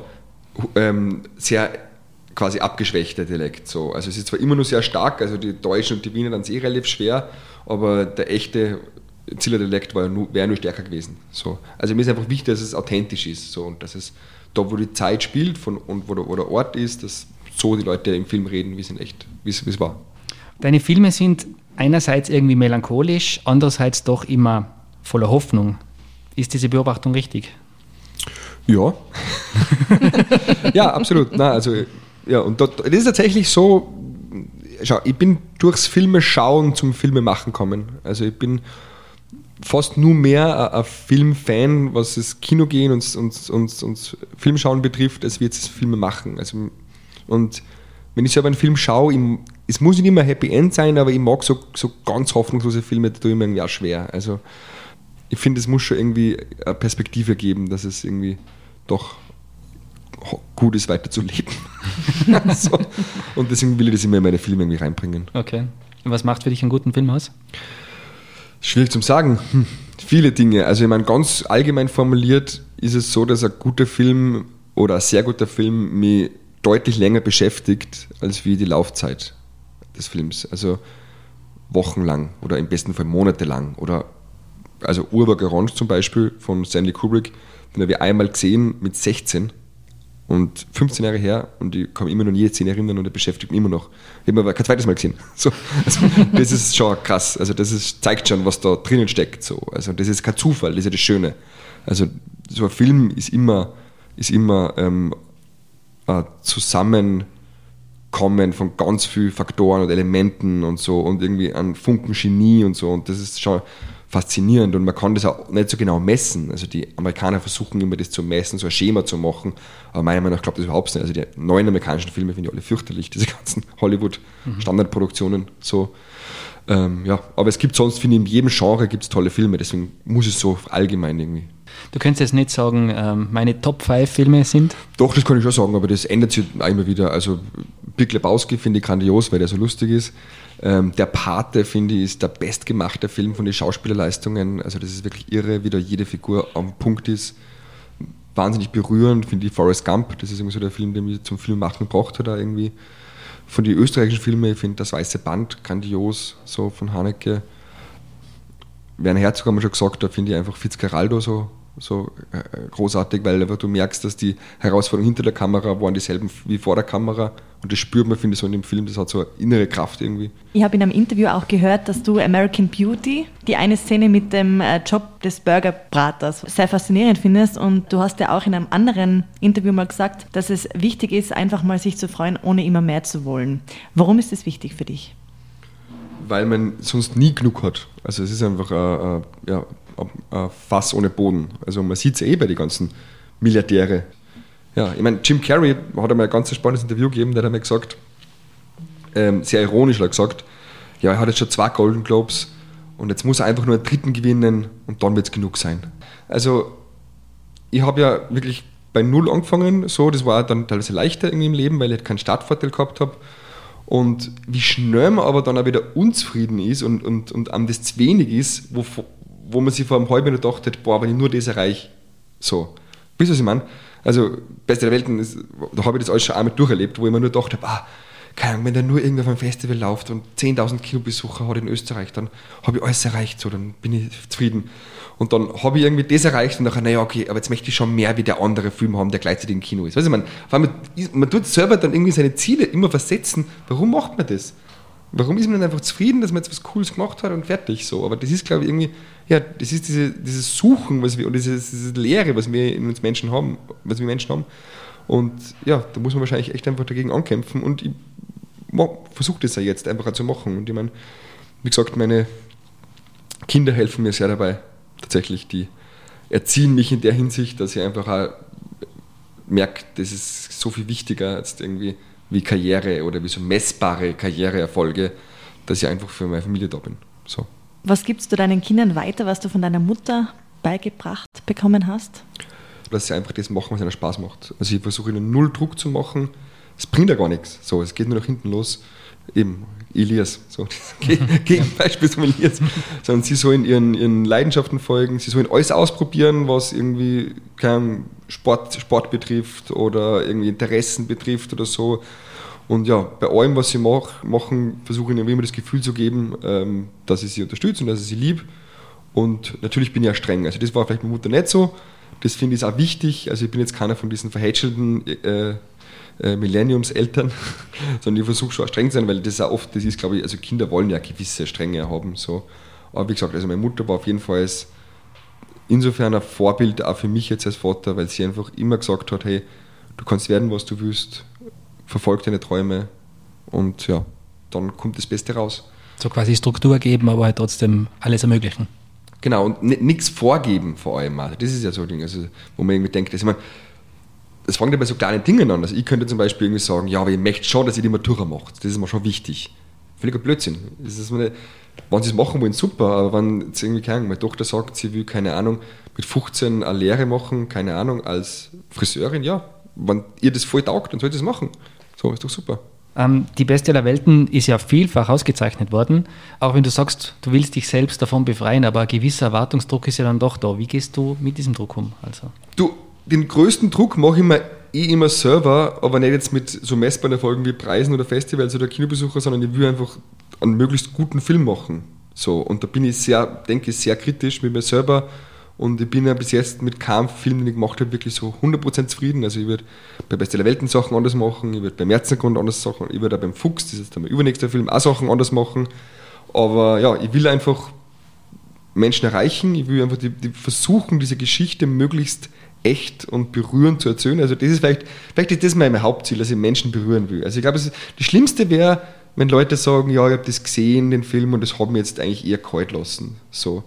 sehr quasi abgeschwächter Dialekt. So. Also es ist zwar immer noch sehr stark, also die Deutschen und die Wiener dann relativ schwer, aber der echte Ziller Dialekt wäre nur stärker gewesen. So. Also mir ist einfach wichtig, dass es authentisch ist so, und dass es da, wo die Zeit spielt und wo der Ort ist, dass so die Leute im Film reden, wie es war. Deine Filme sind einerseits irgendwie melancholisch, andererseits doch immer voller Hoffnung. Ist diese Beobachtung richtig? Ja. Ja, absolut. Nein, also ja, und das ist tatsächlich so, schau, ich bin durchs Filmeschauen zum Filmemachen gekommen. Also ich bin fast nur mehr ein Filmfan, was das Kinogehen und Filmschauen betrifft, als wir jetzt das Filmemachen. Also, und wenn ich selber einen Film schaue, es muss nicht immer Happy End sein, aber ich mag so ganz hoffnungslose Filme, die tue ich mir irgendwie auch schwer. Also ich finde, es muss schon irgendwie eine Perspektive geben, dass es irgendwie doch gut ist, weiterzuleben. So. Und deswegen will ich das immer in meine Filme irgendwie reinbringen. Okay. Und was macht für dich einen guten Film aus? Schwierig zu sagen. Viele Dinge. Also ich meine, ganz allgemein formuliert ist es so, dass ein guter Film oder ein sehr guter Film mich deutlich länger beschäftigt, als wie die Laufzeit des Films. Also wochenlang oder im besten Fall monatelang. Oder also Urwald Orange zum Beispiel von Stanley Kubrick, den habe ich einmal gesehen mit 16 und 15 Jahre her und ich kann mich immer noch an jede Szene erinnern und er beschäftigt mich immer noch. Ich habe ihn aber kein zweites Mal gesehen. So, also, das ist schon krass. Also das zeigt schon, was da drinnen steckt. So. Also das ist kein Zufall, das ist ja das Schöne. Also so ein Film ist immer ein Zusammenkommen von ganz vielen Faktoren und Elementen und so und irgendwie ein Funken Genie und so, und das ist schon faszinierend und man kann das auch nicht so genau messen. Also die Amerikaner versuchen immer das zu messen, so ein Schema zu machen, aber meiner Meinung nach klappt das überhaupt nicht. Also die neuen amerikanischen Filme finde ich alle fürchterlich, diese ganzen Hollywood-Standardproduktionen. So. Aber es gibt sonst, finde ich, in jedem Genre gibt es tolle Filme, deswegen muss es so allgemein irgendwie. Du könntest jetzt nicht sagen, meine Top 5 Filme sind? Doch, das kann ich schon sagen, aber das ändert sich auch immer wieder. Also Big Lebowski finde ich grandios, weil der so lustig ist. Der Pate, finde ich, ist der bestgemachte Film von den Schauspielerleistungen. Also das ist wirklich irre, wie da jede Figur am Punkt ist. Wahnsinnig berührend, finde ich Forrest Gump. Das ist irgendwie so der Film, der mich zum Filmmachen gebracht hat. Da irgendwie. Von den österreichischen Filmen, ich finde Das Weiße Band grandios, so von Haneke. Werner Herzog haben wir schon gesagt, da finde ich einfach Fitzgeraldo so großartig, weil du merkst, dass die Herausforderungen hinter der Kamera waren dieselben wie vor der Kamera und das spürt man, finde ich, so in dem Film, das hat so eine innere Kraft irgendwie. Ich habe in einem Interview auch gehört, dass du American Beauty, die eine Szene mit dem Job des Burgerbraters, sehr faszinierend findest und du hast ja auch in einem anderen Interview mal gesagt, dass es wichtig ist, einfach mal sich zu freuen, ohne immer mehr zu wollen. Warum ist das wichtig für dich? Weil man sonst nie genug hat. Also es ist einfach ein Fass ohne Boden. Also man sieht es ja bei den ganzen Milliardäre. Ja, ich meine, Jim Carrey hat einmal ein ganz spannendes Interview gegeben, der hat einmal gesagt, sehr ironisch gesagt, ja, er hat jetzt schon 2 Golden Globes und jetzt muss er einfach nur einen 3. gewinnen und dann wird es genug sein. Also ich habe ja wirklich bei 0 angefangen, so, das war dann teilweise leichter irgendwie im Leben, weil ich keinen Startvorteil gehabt habe. Und wie schnell man aber dann auch wieder unzufrieden ist und einem das zu wenig ist, wo man sich vor einem halben Jahr gedacht hat, boah, wenn ich nur das erreiche, so. Wisst ihr, was ich meine? Also, Beste der Welten, da habe ich das alles schon einmal durcherlebt, wo ich mir nur gedacht habe, keine Ahnung, wenn der nur irgendwie auf einem Festival läuft und 10.000 Kinobesucher hat in Österreich, dann habe ich alles erreicht, so, dann bin ich zufrieden. Und dann habe ich irgendwie das erreicht und nachher, naja, okay, aber jetzt möchte ich schon mehr wie der andere Film haben, der gleichzeitig im Kino ist. Weißt du, man tut selber dann irgendwie seine Ziele immer versetzen. Warum macht man das? Warum ist man dann einfach zufrieden, dass man jetzt was Cooles gemacht hat und fertig so? Aber das ist, glaube ich, irgendwie, ja, das ist dieses Suchen, was wir, und diese Leere, was wir in uns Menschen haben, was wir Menschen haben. Und ja, da muss man wahrscheinlich echt einfach dagegen ankämpfen und ich versuche das ja jetzt einfach zu machen. Und ich meine, wie gesagt, meine Kinder helfen mir sehr dabei. Tatsächlich, die erziehen mich in der Hinsicht, dass ich einfach auch merke, das ist so viel wichtiger als irgendwie wie Karriere oder wie so messbare Karriereerfolge, dass ich einfach für meine Familie da bin. So. Was gibst du deinen Kindern weiter, was du von deiner Mutter beigebracht bekommen hast? Dass sie einfach das machen, was ihnen Spaß macht. Also ich versuche ihnen 0 Druck zu machen. Es bringt ja gar nichts. So, es geht nur nach hinten los. Eben, Elias, so Gegenbeispiel zum Elias. Sondern sie sollen ihren Leidenschaften folgen, sie sollen alles ausprobieren, was irgendwie kein Sport betrifft oder irgendwie Interessen betrifft oder so. Und ja, bei allem, was sie machen, versuche ich ihnen immer das Gefühl zu geben, dass ich sie unterstütze und dass ich sie liebe. Und natürlich bin ich auch streng. Also das war vielleicht meine Mutter nicht so. Das finde ich auch wichtig. Also ich bin jetzt keiner von diesen verhätschelten Millenniumseltern, sondern ich versuche schon streng zu sein, weil das auch oft, das ist, glaube ich, also Kinder wollen ja gewisse Strenge haben. So. Aber wie gesagt, also meine Mutter war auf jeden Fall insofern ein Vorbild auch für mich jetzt als Vater, weil sie einfach immer gesagt hat, hey, du kannst werden, was du willst, verfolg deine Träume und ja, dann kommt das Beste raus. So quasi Struktur geben, aber halt trotzdem alles ermöglichen. Genau, und nichts vorgeben vor allem. Also das ist ja so ein Ding, also, wo man irgendwie denkt, das fängt ja bei so kleinen Dingen an. Also ich könnte zum Beispiel irgendwie sagen, ja, aber ich möchte schon, dass ihr die Matura macht. Das ist mir schon wichtig. Völliger Blödsinn. Das ist wenn sie es machen wollen, super, aber wenn jetzt irgendwie, keine Ahnung, meine Tochter sagt, sie will, keine Ahnung, mit 15 eine Lehre machen, keine Ahnung, als Friseurin, ja, wenn ihr das voll taugt, dann sollt ihr das machen. So, ist doch super. Die Beste aller Welten ist ja vielfach ausgezeichnet worden. Auch wenn du sagst, du willst dich selbst davon befreien, aber ein gewisser Erwartungsdruck ist ja dann doch da. Wie gehst du mit diesem Druck um? Also? Den größten Druck mache ich mir immer selber, aber nicht jetzt mit so messbaren Erfolgen wie Preisen oder Festivals oder Kinobesucher, sondern ich will einfach einen möglichst guten Film machen. So, und da bin ich sehr kritisch mit mir selber und ich bin ja bis jetzt mit keinem Film, den ich gemacht habe, wirklich so 100% zufrieden. Also ich würde bei Beste der Welten Sachen anders machen, ich würde beim Märzengrund anders Sachen, ich würde auch beim Fuchs, das ist dann mein übernächster Film, auch Sachen anders machen. Aber ja, ich will einfach Menschen erreichen, ich will einfach die versuchen, diese Geschichte möglichst echt und berührend zu erzählen. Also das ist vielleicht ist das mein Hauptziel, dass ich Menschen berühren will. Also ich glaube, das Schlimmste wäre, wenn Leute sagen, ja, ich habe das gesehen, den Film, und das hat mich jetzt eigentlich eher kalt lassen. So.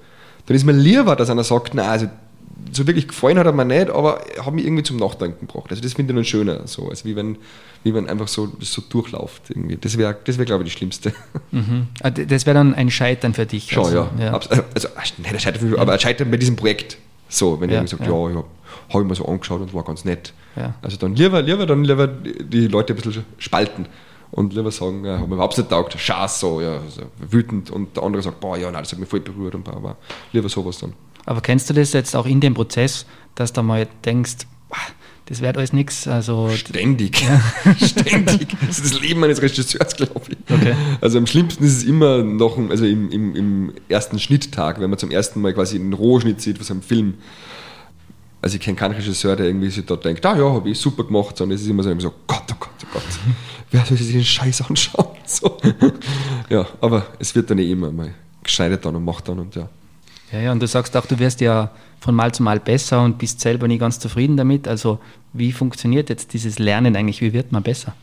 dann ist mir lieber, dass einer sagt, na, also so wirklich gefallen hat er mir nicht, aber er hat mich irgendwie zum Nachdenken gebracht. Also das finde ich dann schöner, so, also wie wenn einfach so das so durchläuft irgendwie. Das wäre, glaube ich, das Schlimmste. Mhm. Das wäre dann ein Scheitern für dich. Schon, also, ja. Also nicht ein Scheitern für mich, aber ein Scheitern bei diesem Projekt. So, wenn jemand sagt, habe ich mir so angeschaut und war ganz nett. Ja. Also dann lieber die Leute ein bisschen spalten und lieber sagen, ja, hat mir überhaupt nicht getaugt, Schaß, so, ja, so wütend, und der andere sagt, boah, ja, nein, das hat mich voll berührt, und aber lieber sowas dann. Aber kennst du das jetzt auch in dem Prozess, dass du mal denkst, das wird alles nichts? Also ständig. Ständig. Das ist das Leben eines Regisseurs, glaube ich. Okay. Also am schlimmsten ist es immer noch im ersten Schnitttag, wenn man zum ersten Mal quasi einen Rohschnitt sieht von so einem Film. Also ich kenne keinen Regisseur, der irgendwie sich dort denkt, habe ich super gemacht, sondern es ist immer so, Gott, wer soll sich den Scheiß anschauen? So. Ja, aber es wird dann immer mal geschneidet dann und macht dann und ja. Ja, und du sagst auch, du wirst ja von Mal zu Mal besser und bist selber nicht ganz zufrieden damit. Also wie funktioniert jetzt dieses Lernen eigentlich? Wie wird man besser?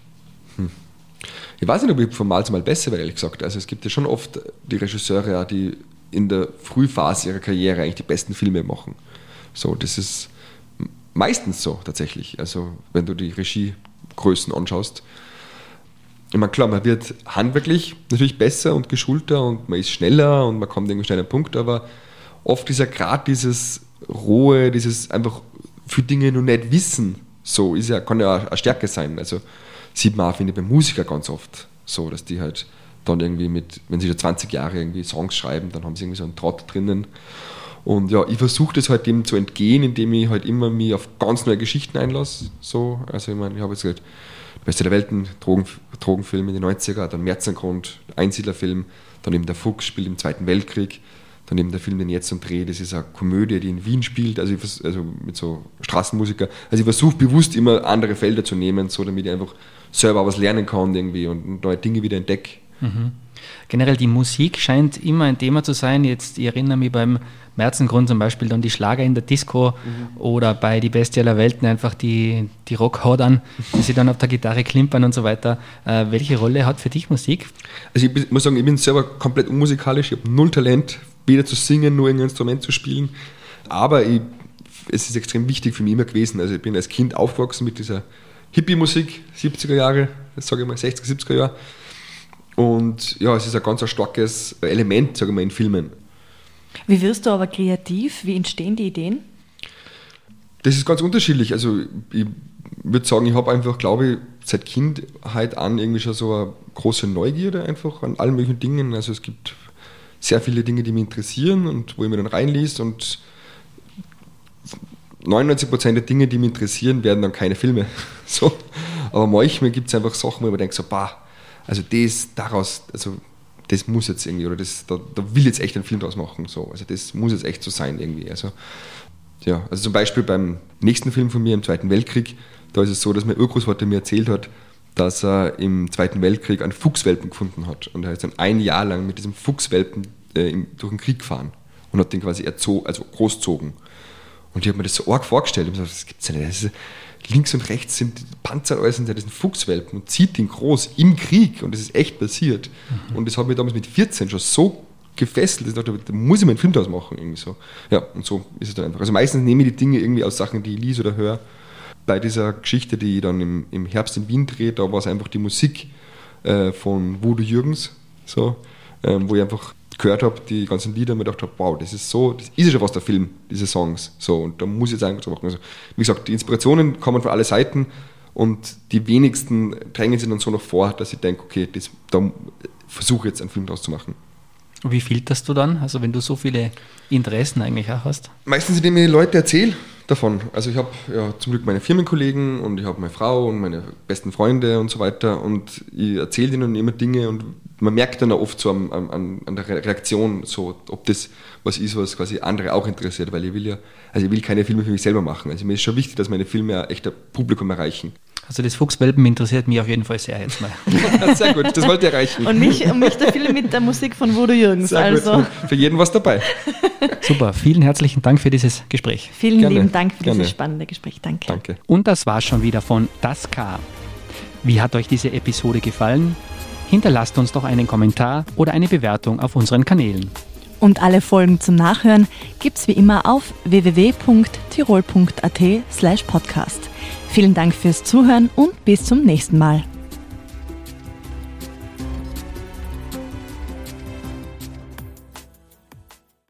Ich weiß nicht, ob ich von Mal zu Mal besser werde, ehrlich gesagt. Also es gibt ja schon oft die Regisseure, die in der Frühphase ihrer Karriere eigentlich die besten Filme machen. So, das ist meistens so tatsächlich. Also wenn du die Regiegrößen anschaust. Ich meine, klar, man wird handwerklich natürlich besser und geschulter und man ist schneller und man kommt irgendwie schneller an den Punkt, aber oft ist ja gerade dieses Rohe, dieses einfach für Dinge noch nicht wissen, so ist ja, kann ja auch eine Stärke sein. Also sieht man auch, finde ich, bei Musikern ganz oft so, dass die halt dann irgendwie wenn sie schon 20 Jahre irgendwie Songs schreiben, dann haben sie irgendwie so einen Trott drinnen. Und ja, ich versuche das halt dem zu entgehen, indem ich halt immer mich auf ganz neue Geschichten einlasse. So. Also ich meine, ich habe jetzt gesagt, Beste der Welten, Drogenfilm in den 90er, dann Märzengrund, Einsiedlerfilm, dann eben der Fuchs spielt im Zweiten Weltkrieg, dann eben der Film, den ich jetzt drehe, das ist eine Komödie, die in Wien spielt, also mit so Straßenmusiker. Also ich versuche bewusst immer andere Felder zu nehmen, so damit ich einfach selber was lernen kann irgendwie und neue Dinge wieder entdecke. Mhm. Generell die Musik scheint immer ein Thema zu sein. Jetzt, ich erinnere mich beim Märzengrund zum Beispiel dann die Schlager in der Disco oder bei Die Beste aller Welten einfach die Rockhaudern, die sie dann auf der Gitarre klimpern und so weiter. Welche Rolle hat für dich Musik? Also ich muss sagen, ich bin selber komplett unmusikalisch, ich habe null Talent, weder zu singen, nur ein Instrument zu spielen, aber es ist extrem wichtig für mich immer gewesen. Also ich bin als Kind aufgewachsen mit dieser Hippie-Musik, 70er Jahre, das sage ich mal 60er, 70er Jahre. Und ja, es ist ein ganz starkes Element, sage ich mal, in Filmen. Wie wirst du aber kreativ? Wie entstehen die Ideen? Das ist ganz unterschiedlich. Also ich würde sagen, ich habe einfach, glaube ich, seit Kindheit an irgendwie schon so eine große Neugierde einfach an allen möglichen Dingen. Also es gibt sehr viele Dinge, die mich interessieren und wo ich mir dann reinliest, und 99% der Dinge, die mich interessieren, werden dann keine Filme. So. Aber manchmal gibt es einfach Sachen, wo ich mir denke, so, also das muss jetzt irgendwie, oder da will jetzt echt ein Film draus machen. So. Also das muss jetzt echt so sein irgendwie. Also zum Beispiel beim nächsten Film von mir im Zweiten Weltkrieg, da ist es so, dass mein Urgroßvater mir erzählt hat, dass er im Zweiten Weltkrieg einen Fuchswelpen gefunden hat. Und er ist dann ein Jahr lang mit diesem Fuchswelpen durch den Krieg gefahren und hat den quasi großzogen. Und ich habe mir das so arg vorgestellt. Ich habe gesagt, das gibt's ja nicht. Links und rechts sind Panzer, alles sind diesen Fuchswelpen und zieht den groß im Krieg, und das ist echt passiert. Und das hat mich damals mit 14 schon so gefesselt, dass ich dachte, da muss ich mir einen Film draus machen. Irgendwie so. Ja, und so ist es dann einfach. Also meistens nehme ich die Dinge irgendwie aus Sachen, die ich lese oder höre. Bei dieser Geschichte, die ich dann im Herbst in Wien drehe, da war es einfach die Musik von Voodoo Jürgens, so, wo ich einfach gehört habe, die ganzen Lieder, und mir gedacht habe, wow, das ist ja schon was der Film, diese Songs. So, und da muss ich jetzt einfach so machen. Also, wie gesagt, die Inspirationen kommen von allen Seiten, und die wenigsten drängen sich dann so noch vor, dass ich denke, okay, da versuche ich jetzt einen Film draus zu machen. Wie filterst du dann, also wenn du so viele Interessen eigentlich auch hast? Meistens, indem ich Leute erzähle davon. Also ich habe ja zum Glück meine Firmenkollegen und ich habe meine Frau und meine besten Freunde und so weiter, und ich erzähle ihnen immer Dinge, und man merkt dann auch oft so an der Reaktion, so, ob das was ist, was quasi andere auch interessiert, weil ich will keine Filme für mich selber machen. Also mir ist schon wichtig, dass meine Filme ein echtes Publikum erreichen. Also das Fuchswelpen interessiert mich auf jeden Fall sehr jetzt mal. Sehr gut, das wollte ich erreichen. Und mich der Film mit der Musik von Voodoo Jürgens. Sehr also gut. Für jeden was dabei. Super, vielen herzlichen Dank für dieses Gespräch. Vielen lieben Dank für dieses spannende Gespräch. Danke. Und das war schon wieder von Das K. Wie hat euch diese Episode gefallen? Hinterlasst uns doch einen Kommentar oder eine Bewertung auf unseren Kanälen. Und alle Folgen zum Nachhören gibt's wie immer auf www.tirol.at/podcast. Vielen Dank fürs Zuhören und bis zum nächsten Mal.